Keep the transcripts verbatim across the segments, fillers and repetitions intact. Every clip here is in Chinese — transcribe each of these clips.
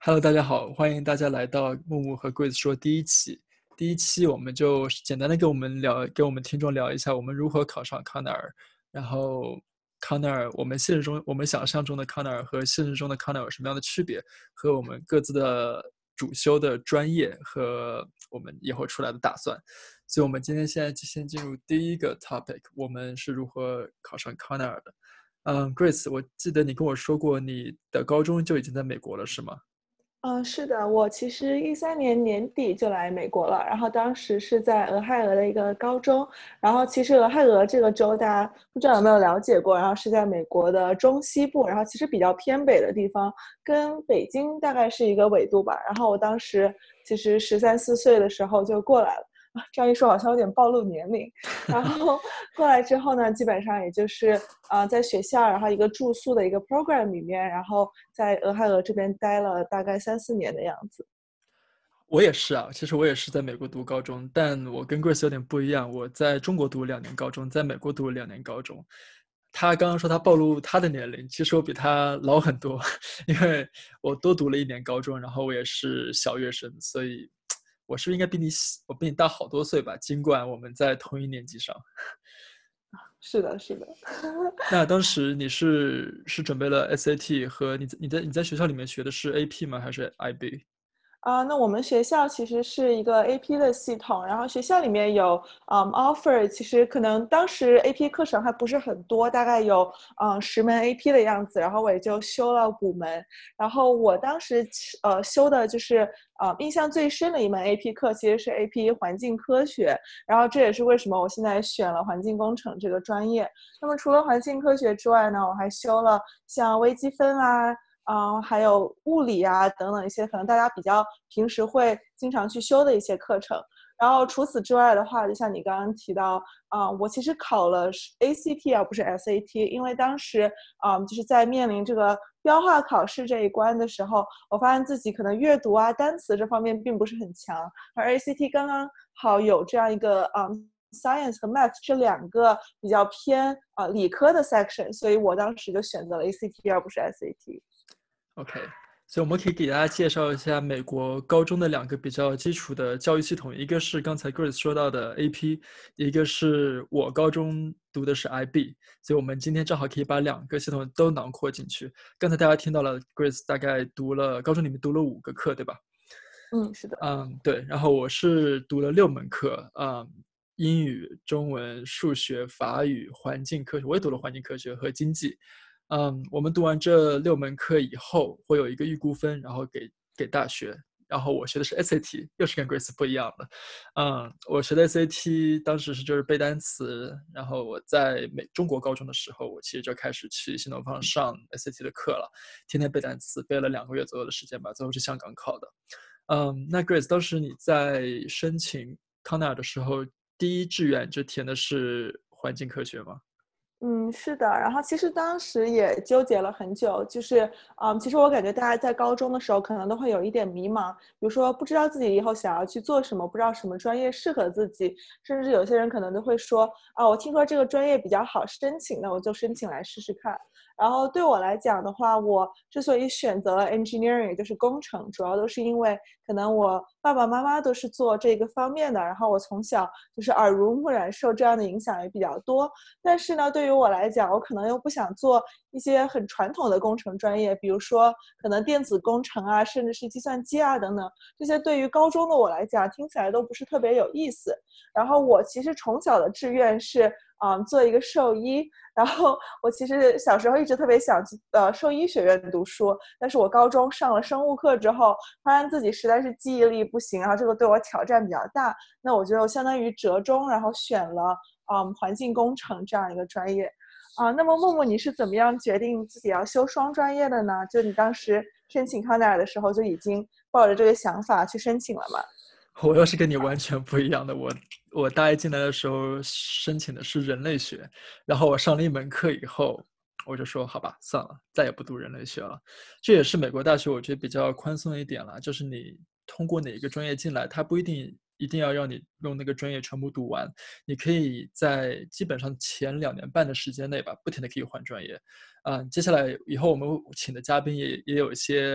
Hello，大家好，欢迎大家来到木木和 Grace 说第一期。第一期我们就简单的跟我们聊，跟我们听众聊一下我们如何考上康奈尔，然后康奈尔我们现实中我们想象中的康奈尔和现实中的康奈尔有什么样的区别，和我们各自的主修的专业和我们以后出来的打算。所以，我们今天现在先进入第一个 topic，我们是如何考上康奈尔的。嗯，Grace，我记得你跟我说过，你的高中就已经在美国了，是吗？ 嗯，是的，我其实一三年年底就来美国了，然后当时是在俄亥俄的一个高中，然后其实俄亥俄这个州大家不知道有没有了解过，然后是在美国的中西部，然后其实比较偏北的地方，跟北京大概是一个纬度吧。然后我当时其实十三四岁的时候就过来了，啊，这样一说好像有点暴露年龄。然后过来之后呢，基本上也就是呃在学校，然后一个住宿的一个 program 里面，然后在俄亥俄这边待了大概三四年的样子。 我也是啊，其实我也是在美国读高中，但我跟 Grace 有点不一样。我在中国读了两年高中，在美国读了两年高中。他刚刚说他暴露他的年龄，其实我比他老很多，因为我多读了一年高中，然后我也是小学生，所以我是不是应该比你我比你大好多岁吧？尽管我们在同一年级上。 是的，是的。 那当时你是是准备了 S A T 和你你在你在学校里面学的是 A P 吗？还是 I B？ 啊，那我们学校其实是一个 A P 的系统，然后学校里面有嗯 offer，其实可能当时 A P 课程还不是很多，大概有嗯十门 A P 的样子，然后我也就修了五门。然后我当时呃修的就是呃印象最深的一门 A P 课，其实是 A P 环境科学，然后这也是为什么我现在选了环境工程这个专业。那么除了环境科学之外呢，我还修了像微积分啊。嗯、呃还有物理啊等等一些可能大家比较平时会经常去修的一些课程。然后除此之外的话，就像你刚刚提到，啊、呃我其实考了 A C T 而不是 S A T，因为当时啊、呃就是在面临这个标化考试这一关的时候，我发现自己可能阅读啊、单词这方面并不是很强，而 A C T 刚刚好有这样一个啊。嗯 Science 和 Math 这两个比较偏啊、呃、理科的 section，所以我当时就选择了 A C T 而不是 S A T。 OK，所以我们可以给大家介绍一下美国高中的两个比较基础的教育系统，一个是刚才 Grace 说到的 A P，一个是我高中读的是 I B，所以我们今天正好可以把两个系统都囊括进去。刚才大家听到了 Grace 大概读了高中里面读了五个课，对吧？ 嗯，是的。 嗯，对。然后我是读了六门课，嗯，英语、中文、数学、法语、环境科学，我也读了环境科学和经济。嗯，我们读完这六门课以后，会有一个预估分，然后给给大学。然后我学的是 S A T，又是跟 Grace 不一样的。嗯，我学的 S A T 当时是就是背单词，然后我在美中国高中的时候，我其实就开始去新东方上 S A T 的课了，天天背单词，背了两个月左右的时间吧，最后去香港考的。嗯，那 Grace，当时你在申请康奈尔的时候，第一志愿就填的是环境科学吗？ 嗯，是的。然后其实当时也纠结了很久，就是，嗯，其实我感觉大家在高中的时候可能都会有一点迷茫，比如说不知道自己以后想要去做什么，不知道什么专业适合自己，甚至有些人可能都会说，啊，我听说这个专业比较好申请，那我就申请来试试看。然后对我来讲的话，我之所以选择了 engineering，就是工程，主要都是因为可能我爸爸妈妈都是做这个方面的，然后我从小就是耳濡目染，受这样的影响也比较多。但是呢，对于我来讲，我可能又不想做一些很传统的工程专业，比如说可能电子工程啊，甚至是计算机啊等等，这些对于高中的我来讲，听起来都不是特别有意思。然后我其实从小的志愿是，嗯，做一个兽医。然后我其实小时候一直特别想去呃兽医学院读书，但是我高中上了生物课之后，发现自己实在是记忆力不行，然后这个对我挑战比较大，那我就相当于折中，然后选了嗯环境工程这样一个专业。啊，那么默默你是怎么样决定自己要修双专业的呢？就你当时申请康奈尔的时候就已经抱着这个想法去申请了吗？ 我又是跟你完全不一样的。我我大一进来的时候申请的是人类学，然后我上了一门课以后，我就说好吧，算了，再也不读人类学了。这也是美国大学我觉得比较宽松一点了，就是你通过哪一个专业进来，它不一定一定要让你用那个专业全部读完，你可以在基本上前两年半的时间内吧，不停的可以换专业。啊、接下来以后我们请的嘉宾也也有一些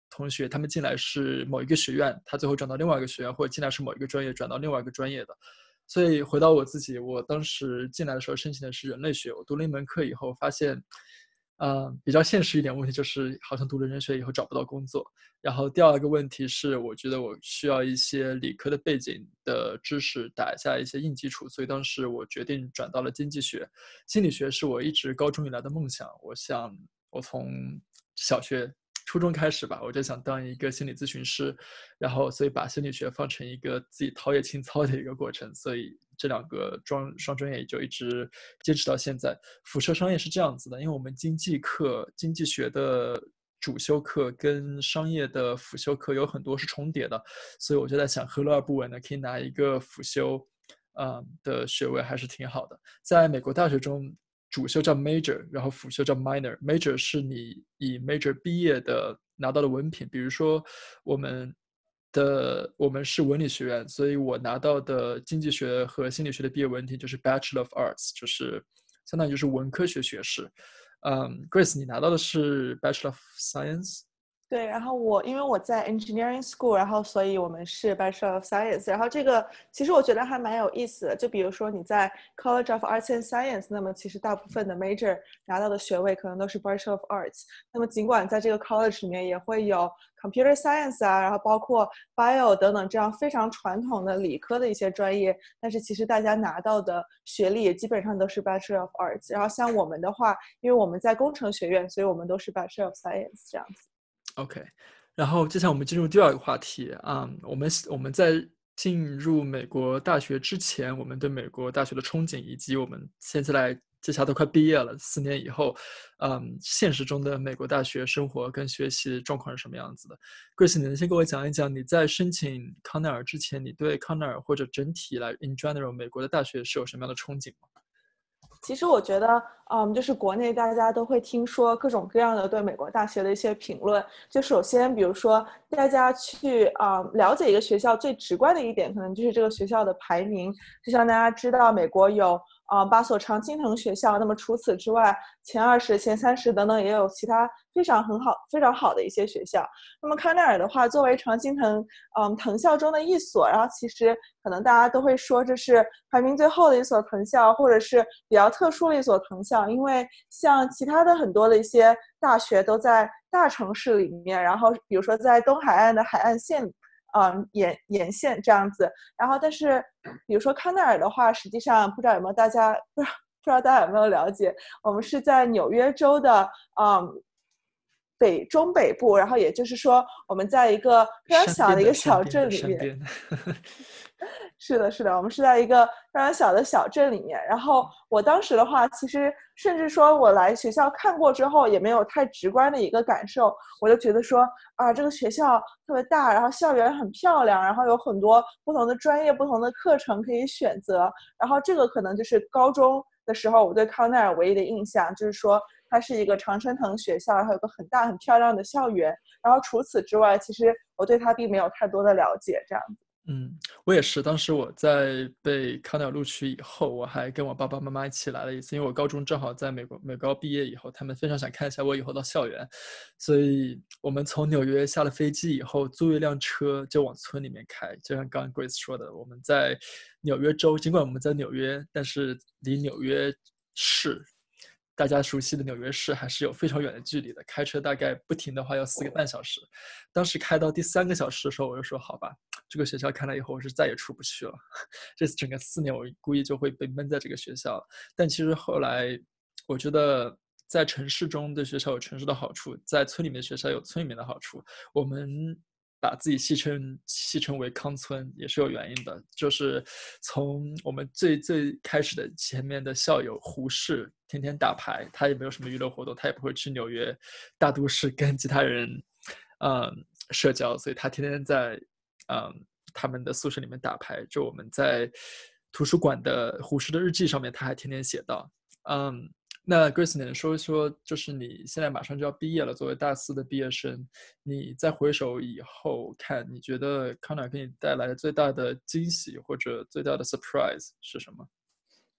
同学，他们进来是某一个学院，他最后转到另外一个学院，或者进来是某一个专业转到另外一个专业的。所以回到我自己，我当时进来的时候申请的是人类学，我读了一门课以后发现，呃，比较现实一点问题就是好像读了人类学以后找不到工作。然后第二个问题是我觉得我需要一些理科的背景的知识打一下一些硬基础，所以当时我决定转到了经济学。心理学是我一直高中以来的梦想，我想我从小学初中开始吧，我就想当一个心理咨询师，然后所以把心理学放成一个自己陶冶情操的一个过程，所以这两个双双专业就一直坚持到现在。辐射商业是这样子的，因为我们经济课经济学的主修课跟商业的辅修课有很多是重叠的，所以我就在想何乐而不为呢，可以拿一个辅修呃的学位还是挺好的。在美国大学中，主修叫 major， 然后辅修叫 minor。major 是你以 major 毕业的拿到的文凭，比如说我们的我们是文理学院，所以我拿到的经济学和心理学的毕业文凭就是 Bachelor of Arts， 就是相当于就是文科学学士。嗯，Grace， 你拿到的是 Bachelor of Science？ 对，然后我因为我在 engineering school，然后所以我们是 Bachelor of Science，然后这个其实我觉得还蛮有意思的。就比如说你在 College of Arts and Science， 那么其实大部分的 major 拿到的学位可能都是 Bachelor of Arts。那么尽管在这个 college 里面也会有 Computer Science 啊，然后包括 Bio 等等这样非常传统的理科的一些专业，但是其实大家拿到的学历也基本上都是 Bachelor of Arts。然后像我们的话，因为我们在工程学院，所以我们都是 Bachelor of Science 这样子。 OK，然后接下来我们进入第二个话题啊、嗯，我们我们在进入美国大学之前，我们对美国大学的憧憬，以及我们现在来接下来都快毕业了，四年以后，嗯，现实中的美国大学生活跟学习状况是什么样子的 ？Grace， 你能先给我讲一讲你在申请康奈尔之前，你对康奈尔或者整体来 in general 美国的大学是有什么样的憧憬吗？ 其实我觉得，嗯，就是国内大家都会听说各种各样的对美国大学的一些评论。就首先，比如说大家去啊、呃、了解一个学校最直观的一点，可能就是这个学校的排名。就像大家知道，美国有啊、呃、八所常青藤学校，那么除此之外，前二十、前三十等等也有其他非常很好、非常好的一些学校。那么康奈尔的话，作为常青藤嗯藤校中的一所，然后其实可能大家都会说这是排名最后的一所藤校，或者是比较特殊的一所藤校，因为像其他的很多的一些大学都在大城市里面，然后比如说在东海岸的海岸线嗯沿沿线这样子，然后但是比如说康奈尔的话，实际上不知道有没有大家不知道不知道大家有没有了解，我们是在纽约州的嗯北中北部，然后也就是说我们在一个非常小的一个小镇里面。是的，是的，我们是在一个非常小的小镇里面。然后我当时的话，其实甚至说我来学校看过之后，也没有太直观的一个感受。我就觉得说啊，这个学校特别大，然后校园很漂亮，然后有很多不同的专业、不同的课程可以选择。然后这个可能就是高中的时候我对康奈尔唯一的印象，就是说它是一个常春藤学校，然后有个很大很漂亮的校园。然后除此之外，其实我对它并没有太多的了解，这样子。 嗯，我也是。当时我在被康奈尔录取以后，我还跟我爸爸妈妈一起来了一次，因为我高中正好在美国美高毕业以后，他们非常想看一下我以后的校园，所以我们从纽约下了飞机以后，租一辆车就往村里面开。就像刚刚 Grace 说的，我们在纽约州，尽管我们在纽约，但是离纽约市大家熟悉的纽约市还是有非常远的距离的，开车大概不停的话要四个半小时。当时开到第三个小时的时候，我就说好吧，这个学校看来以后我是再也出不去了。这整个四年我估计就会被闷在这个学校。但其实后来我觉得在城市中的学校有城市的好处，在村里面的学校有村里面的好处。我们把自己戏称戏称为康村也是有原因的，就是从我们最最开始的前面的校友胡适天天打牌，他也没有什么娱乐活动，他也不会去纽约大都市跟其他人嗯社交，所以他天天在嗯他们的宿舍里面打牌。就我们在图书馆的胡适的日记上面，他还天天写到，嗯。那 Grace 能说一说，就是你现在马上就要毕业了，作为大四的毕业生，你再回首以后看，你觉得康奈尔给你带来最大的惊喜或者最大的 surprise 是什么？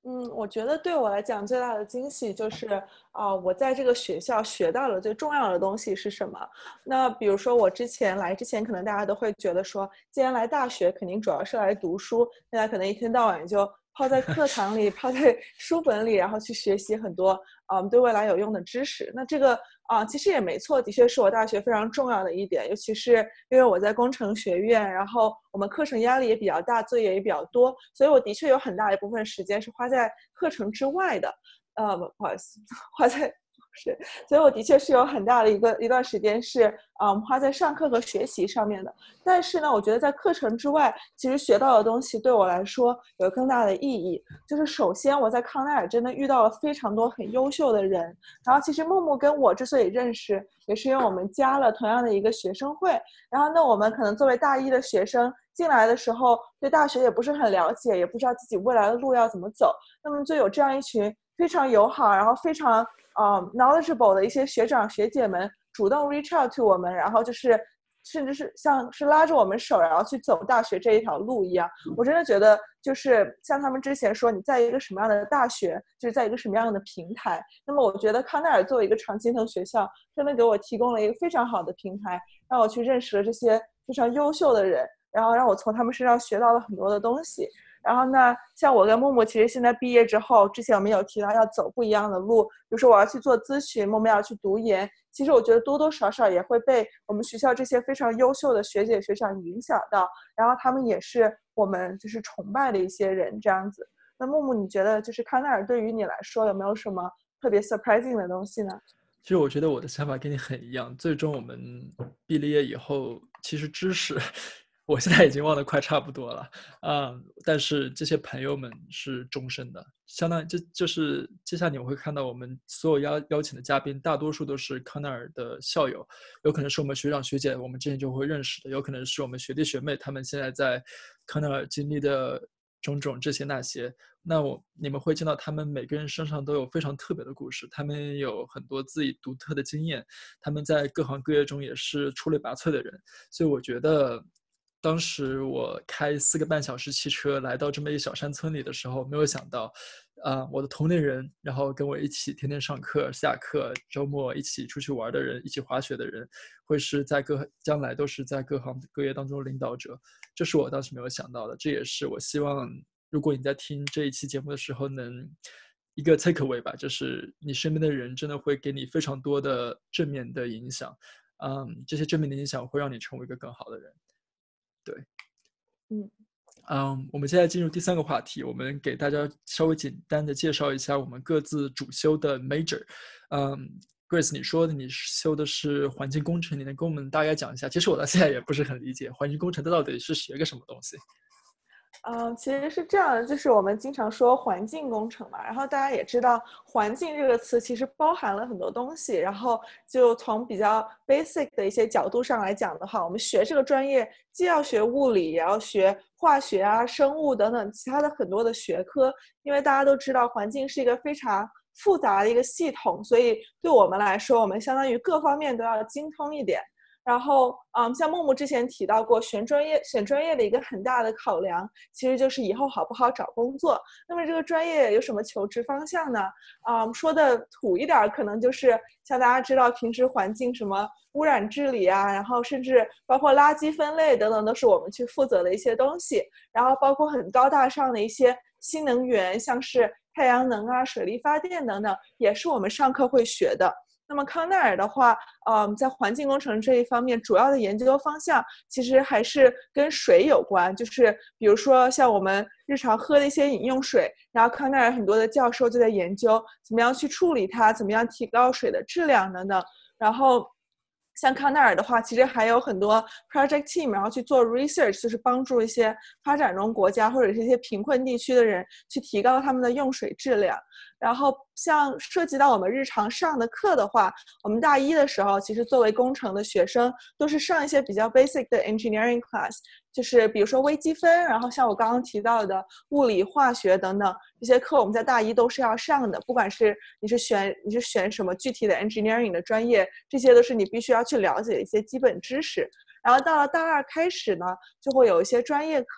嗯，我觉得对我来讲最大的惊喜就是啊、呃我在这个学校学到了最重要的东西是什么？那比如说我之前来之前，可能大家都会觉得说，既然来大学，肯定主要是来读书，大家可能一天到晚就泡在课堂里，泡在书本里，然后去学习很多嗯对未来有用的知识。那这个啊、其实也没错，的确是我大学非常重要的一点，尤其是因为我在工程学院，然后我们课程压力也比较大，作业也比较多，所以我的确有很大一部分时间是花在课程之外的。呃，不好意思，花在是，所以我的确是有很大的一个一段时间是嗯花在上课和学习上面的。但是呢，我觉得在课程之外，其实学到的东西对我来说有更大的意义。就是首先我在康奈尔真的遇到了非常多很优秀的人，然后其实木木跟我之所以认识，也是因为我们加了同样的一个学生会。然后那我们可能作为大一的学生进来的时候，对大学也不是很了解，也不知道自己未来的路要怎么走，那么就有这样一群非常友好，然后非常呃 knowledgeable 的一些学长学姐们主动 reach out to 我们，然后就是甚至是像是拉着我们手，然后去走大学这一条路一样。我真的觉得就是像他们之前说，你在一个什么样的大学，就是在一个什么样的平台。那么我觉得康奈尔作为一个常青藤学校，真的给我提供了一个非常好的平台，让我去认识了这些非常优秀的人，然后让我从他们身上学到了很多的东西。然后呢，像我跟木木，其实现在毕业之后，之前我们有提到要走不一样的路，比如说我要去做咨询，木木要去读研。其实我觉得多多少少也会被我们学校这些非常优秀的学姐学长影响到，然后他们也是我们就是崇拜的一些人这样子。那木木，你觉得就是康奈尔对于你来说有没有什么特别 surprising 的东西呢？ 其实我觉得我的想法跟你很一样。最终我们毕了业以后，其实知识我现在已经忘得快差不多了，嗯，但是这些朋友们是终身的，相当于这就是接下来你会看到我们所有邀邀请的嘉宾，大多数都是康奈尔的校友，有可能是我们学长学姐，我们之前就会认识的，有可能是我们学弟学妹，他们现在在康奈尔经历的种种这些那些。那我你们会见到他们每个人身上都有非常特别的故事，他们有很多自己独特的经验，他们在各行各业中也是出类拔萃的人。所以我觉得当时我开四个半小时汽车来到这么一小山村里的时候，没有想到啊、呃，我的同龄人，然后跟我一起天天上课下课，周末一起出去玩的人，一起滑雪的人，会是在各将来都是在各行各业当中领导者。这是我当时没有想到的，这也是我希望如果你在听这一期节目的时候能一个 take away 吧，就是你身边的人真的会给你非常多的正面的影响，嗯，这些正面的影响会让你成为一个更好的人。对， 嗯。 嗯，我们现在进入第三个话题，我们给大家稍微简单的介绍一下我们各自主修的 major。嗯，Grace，你说你修的是环境工程，你能跟我们大概讲一下？其实我到现在也不是很理解，环境工程它到底是学个什么东西？ 嗯，其实是这样的，就是我们经常说环境工程嘛，然后大家也知道，环境这个词其实包含了很多东西。然后就从比较 basic 的一些角度上来讲的话，我们学这个专业既要学物理，也要学化学啊、生物等等其他的很多的学科。因为大家都知道，环境是一个非常复杂的一个系统，所以对我们来说，我们相当于各方面都要精通一点。然后，嗯，像木木之前提到过，选专业选专业的一个很大的考量，其实就是以后好不好找工作。那么这个专业有什么求职方向呢？嗯，说的土一点，可能就是像大家知道，平时环境什么污染治理啊，然后甚至包括垃圾分类等等，都是我们去负责的一些东西。然后包括很高大上的一些新能源，像是太阳能啊、水力发电等等，也是我们上课会学的。那么康奈尔的话，嗯，在环境工程这一方面，主要的研究方向其实还是跟水有关，就是比如说像我们日常喝的一些饮用水，然后康奈尔很多的教授就在研究怎么样去处理它，怎么样提高水的质量等等。然后像康奈尔的话，其实还有很多 project team， 然后去做 research， 就是帮助一些发展中国家或者是一些贫困地区的人去提高他们的用水质量。然后像涉及到我们日常上的课的话，我们大一的时候，其实作为工程的学生，都是上一些比较 basic 的 engineering class， 就是比如说微积分，然后像我刚刚提到的物理、化学等等这些课，我们在大一都是要上的。不管是你是选你是选什么具体的 engineering 的专业，这些都是你必须要去了解的一些基本知识。然后到了大二开始呢，就会有一些专业课。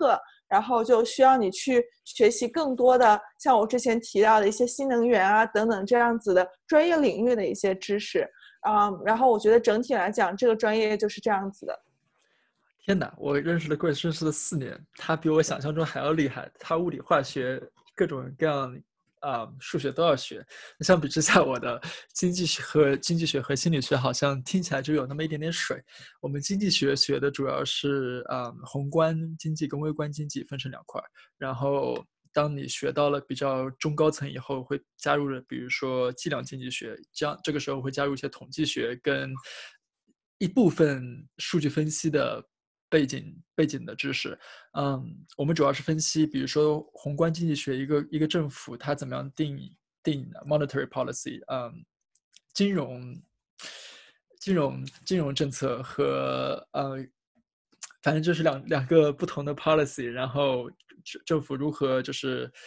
然后就需要你去学习更多的像我之前提到的一些新能源啊等等这样子的专业领域的一些知识。嗯，然后我觉得整体来讲，这个专业就是这样子的。 天哪，我认识了 Grace 认识了四年，他比我想象中还要厉害，他物理、化学各种各样啊、呃、数学都要学。相比之下，我的经济学和经济学和心理学好像听起来就有那么一点点水。我们经济学学的主要是啊、呃、宏观经济跟微观经济分成两块，然后当你学到了比较中高层以后，会加入了比如说计量经济学，这样这个时候会加入一些统计学跟一部分数据分析的背景背景的知识。嗯，我们主要是分析，比如说宏观经济学，一个一个政府它怎么样定定 monetary policy，嗯，金融金融金融政策和呃，反正就是两两个不同的 policy，然后政府如何就是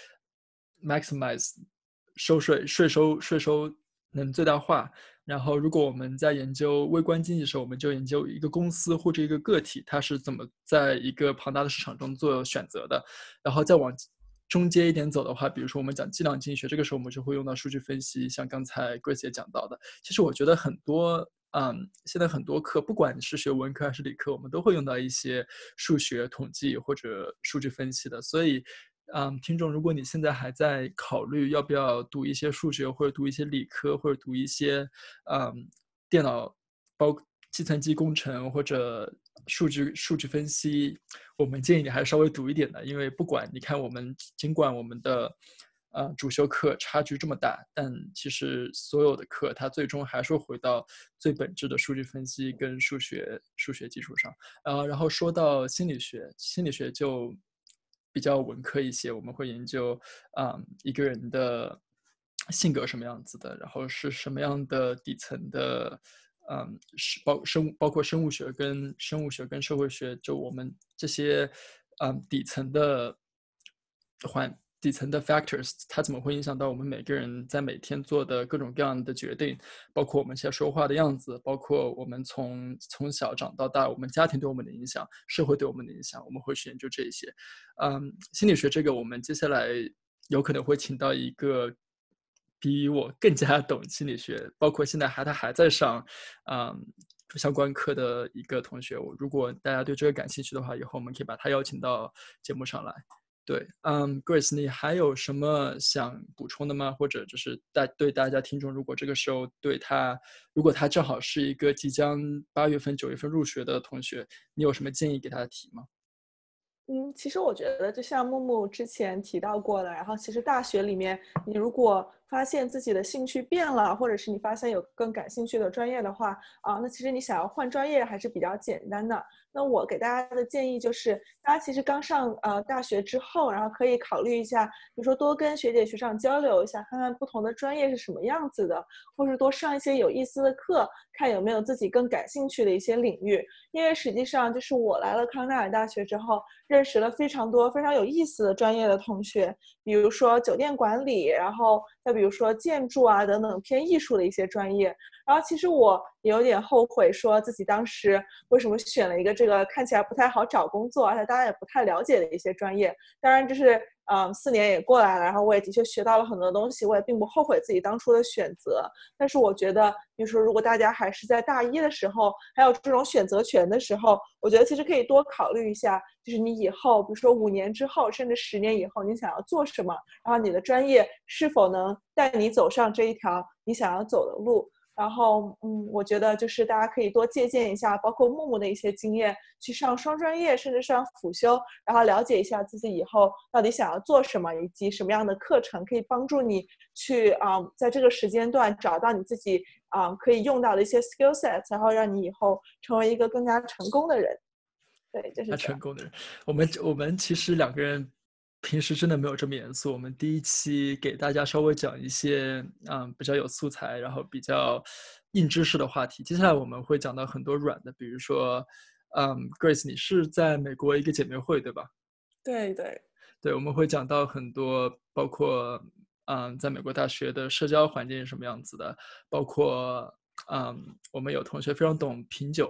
maximize 收税税收税收能最大化。然后，如果我们在研究微观经济的时候，我们就研究一个公司或者一个个体，它是怎么在一个庞大的市场中做选择的。然后再往中间一点走的话，比如说我们讲计量经济学，这个时候我们就会用到数据分析，像刚才 Grace 也讲到的。其实我觉得很多，嗯，现在很多课，不管是学文科还是理科，我们都会用到一些数学、统计或者数据分析的。所以，嗯，听众，如果你现在还在考虑要不要读一些数学，或者读一些理科，或者读一些，嗯，电脑包计算机工程或者数据数据分析，我们建议你还是稍微读一点的，因为不管你看我们尽管我们的呃主修课差距这么大，但其实所有的课它最终还是会回到最本质的数据分析跟数学数学基础上。呃，然后说到心理学，心理学就比较文科一些，我们会研究啊、嗯、一个人的性格什么样子的，然后是什么样的底层的。嗯，是包生包括生物学跟生物学跟社会学，就我们这些嗯底层的环底层的 factors，它怎么会影响到我们每个人在每天做的各种各样的决定，包括我们现在说话的样子，包括我们从从小长到大，我们家庭对我们的影响，社会对我们的影响，我们会去研究这些。嗯，心理学这个我们接下来有可能会请到一个比我更加懂心理学，包括现在还他还在上，嗯，相关课的一个同学。如果大家对这个感兴趣的话，以后我们可以把他邀请到节目上来。对，嗯，Grace，你还有什么想补充的吗？或者就是大对大家听众，如果这个时候对他，如果他正好是一个即将八月份、九月份入学的同学，你有什么建议给他提吗？ 嗯，其实我觉得就像木木之前提到过的，然后其实大学里面，你如果发现自己的兴趣变了，或者是你发现有更感兴趣的专业的话，啊，那其实你想要换专业还是比较简单的。那我给大家的建议就是，大家其实刚上呃大学之后，然后可以考虑一下，比如说多跟学姐学长交流一下，看看不同的专业是什么样子的，或是多上一些有意思的课，看有没有自己更感兴趣的一些领域。因为实际上就是我来了康奈尔大学之后，认识了非常多非常有意思的专业的同学，比如说酒店管理，然后再比如说建筑啊等等偏艺术的一些专业。然后其实我也有点后悔，说自己当时为什么选了一个这个看起来不太好找工作，而且大家也不太了解的一些专业。当然，就是嗯，四年也过来了，然后我也的确学到了很多东西，我也并不后悔自己当初的选择。但是我觉得，比如说，如果大家还是在大一的时候，还有这种选择权的时候，我觉得其实可以多考虑一下，就是你以后，比如说五年之后，甚至十年以后，你想要做什么，然后你的专业是否能带你走上这一条你想要走的路。然后，嗯，我觉得就是大家可以多借鉴一下，包括木木的一些经验，去上双专业，甚至上辅修，然后了解一下自己以后到底想要做什么，以及什么样的课程可以帮助你去啊、呃，在这个时间段找到你自己啊、呃、可以用到的一些 skill sets，然后让你以后成为一个更加成功的人。对，就是他这样。 成功的人，我们我们其实两个人平时真的没有这么严肃。我们第一期给大家稍微讲一些嗯比较有素材，然后比较硬知识的话题。接下来我们会讲到很多软的，比如说，嗯，Grace，你是在美国一个姐妹会对吧？ 对对。 对，我们会讲到很多，包括嗯，在美国大学的社交环境是什么样子的，包括嗯，我们有同学非常懂品酒，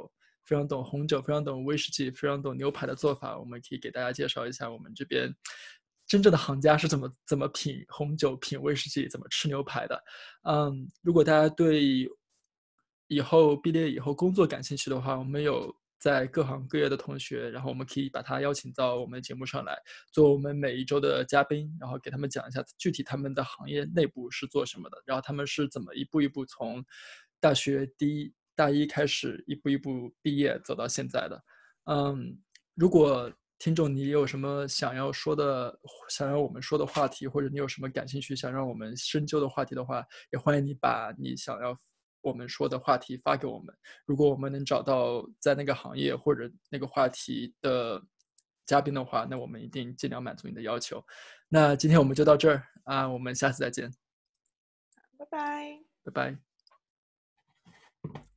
非常懂红酒，非常懂威士忌，非常懂牛排的做法，我们可以给大家介绍一下我们这边真正的行家是怎么怎么品红酒、品威士忌、怎么吃牛排的。嗯，如果大家对以后毕业以后工作感兴趣的话，我们有在各行各业的同学，然后我们可以把他邀请到我们的节目上来，做我们每一周的嘉宾，然后给他们讲一下具体他们的行业内部是做什么的，然后他们是怎么一步一步从大学第一大一开始一步一步毕业走到现在的。嗯，如果听众你有什么想要说的，想让我们说的话题，或者你有什么感兴趣想让我们深究的话题的话，也欢迎你把你想要我们说的话题发给我们。如果我们能找到在那个行业或者那个话题的嘉宾的话，那我们一定尽量满足你的要求。那今天我们就到这儿啊，我们下次再见， 拜拜。 拜拜。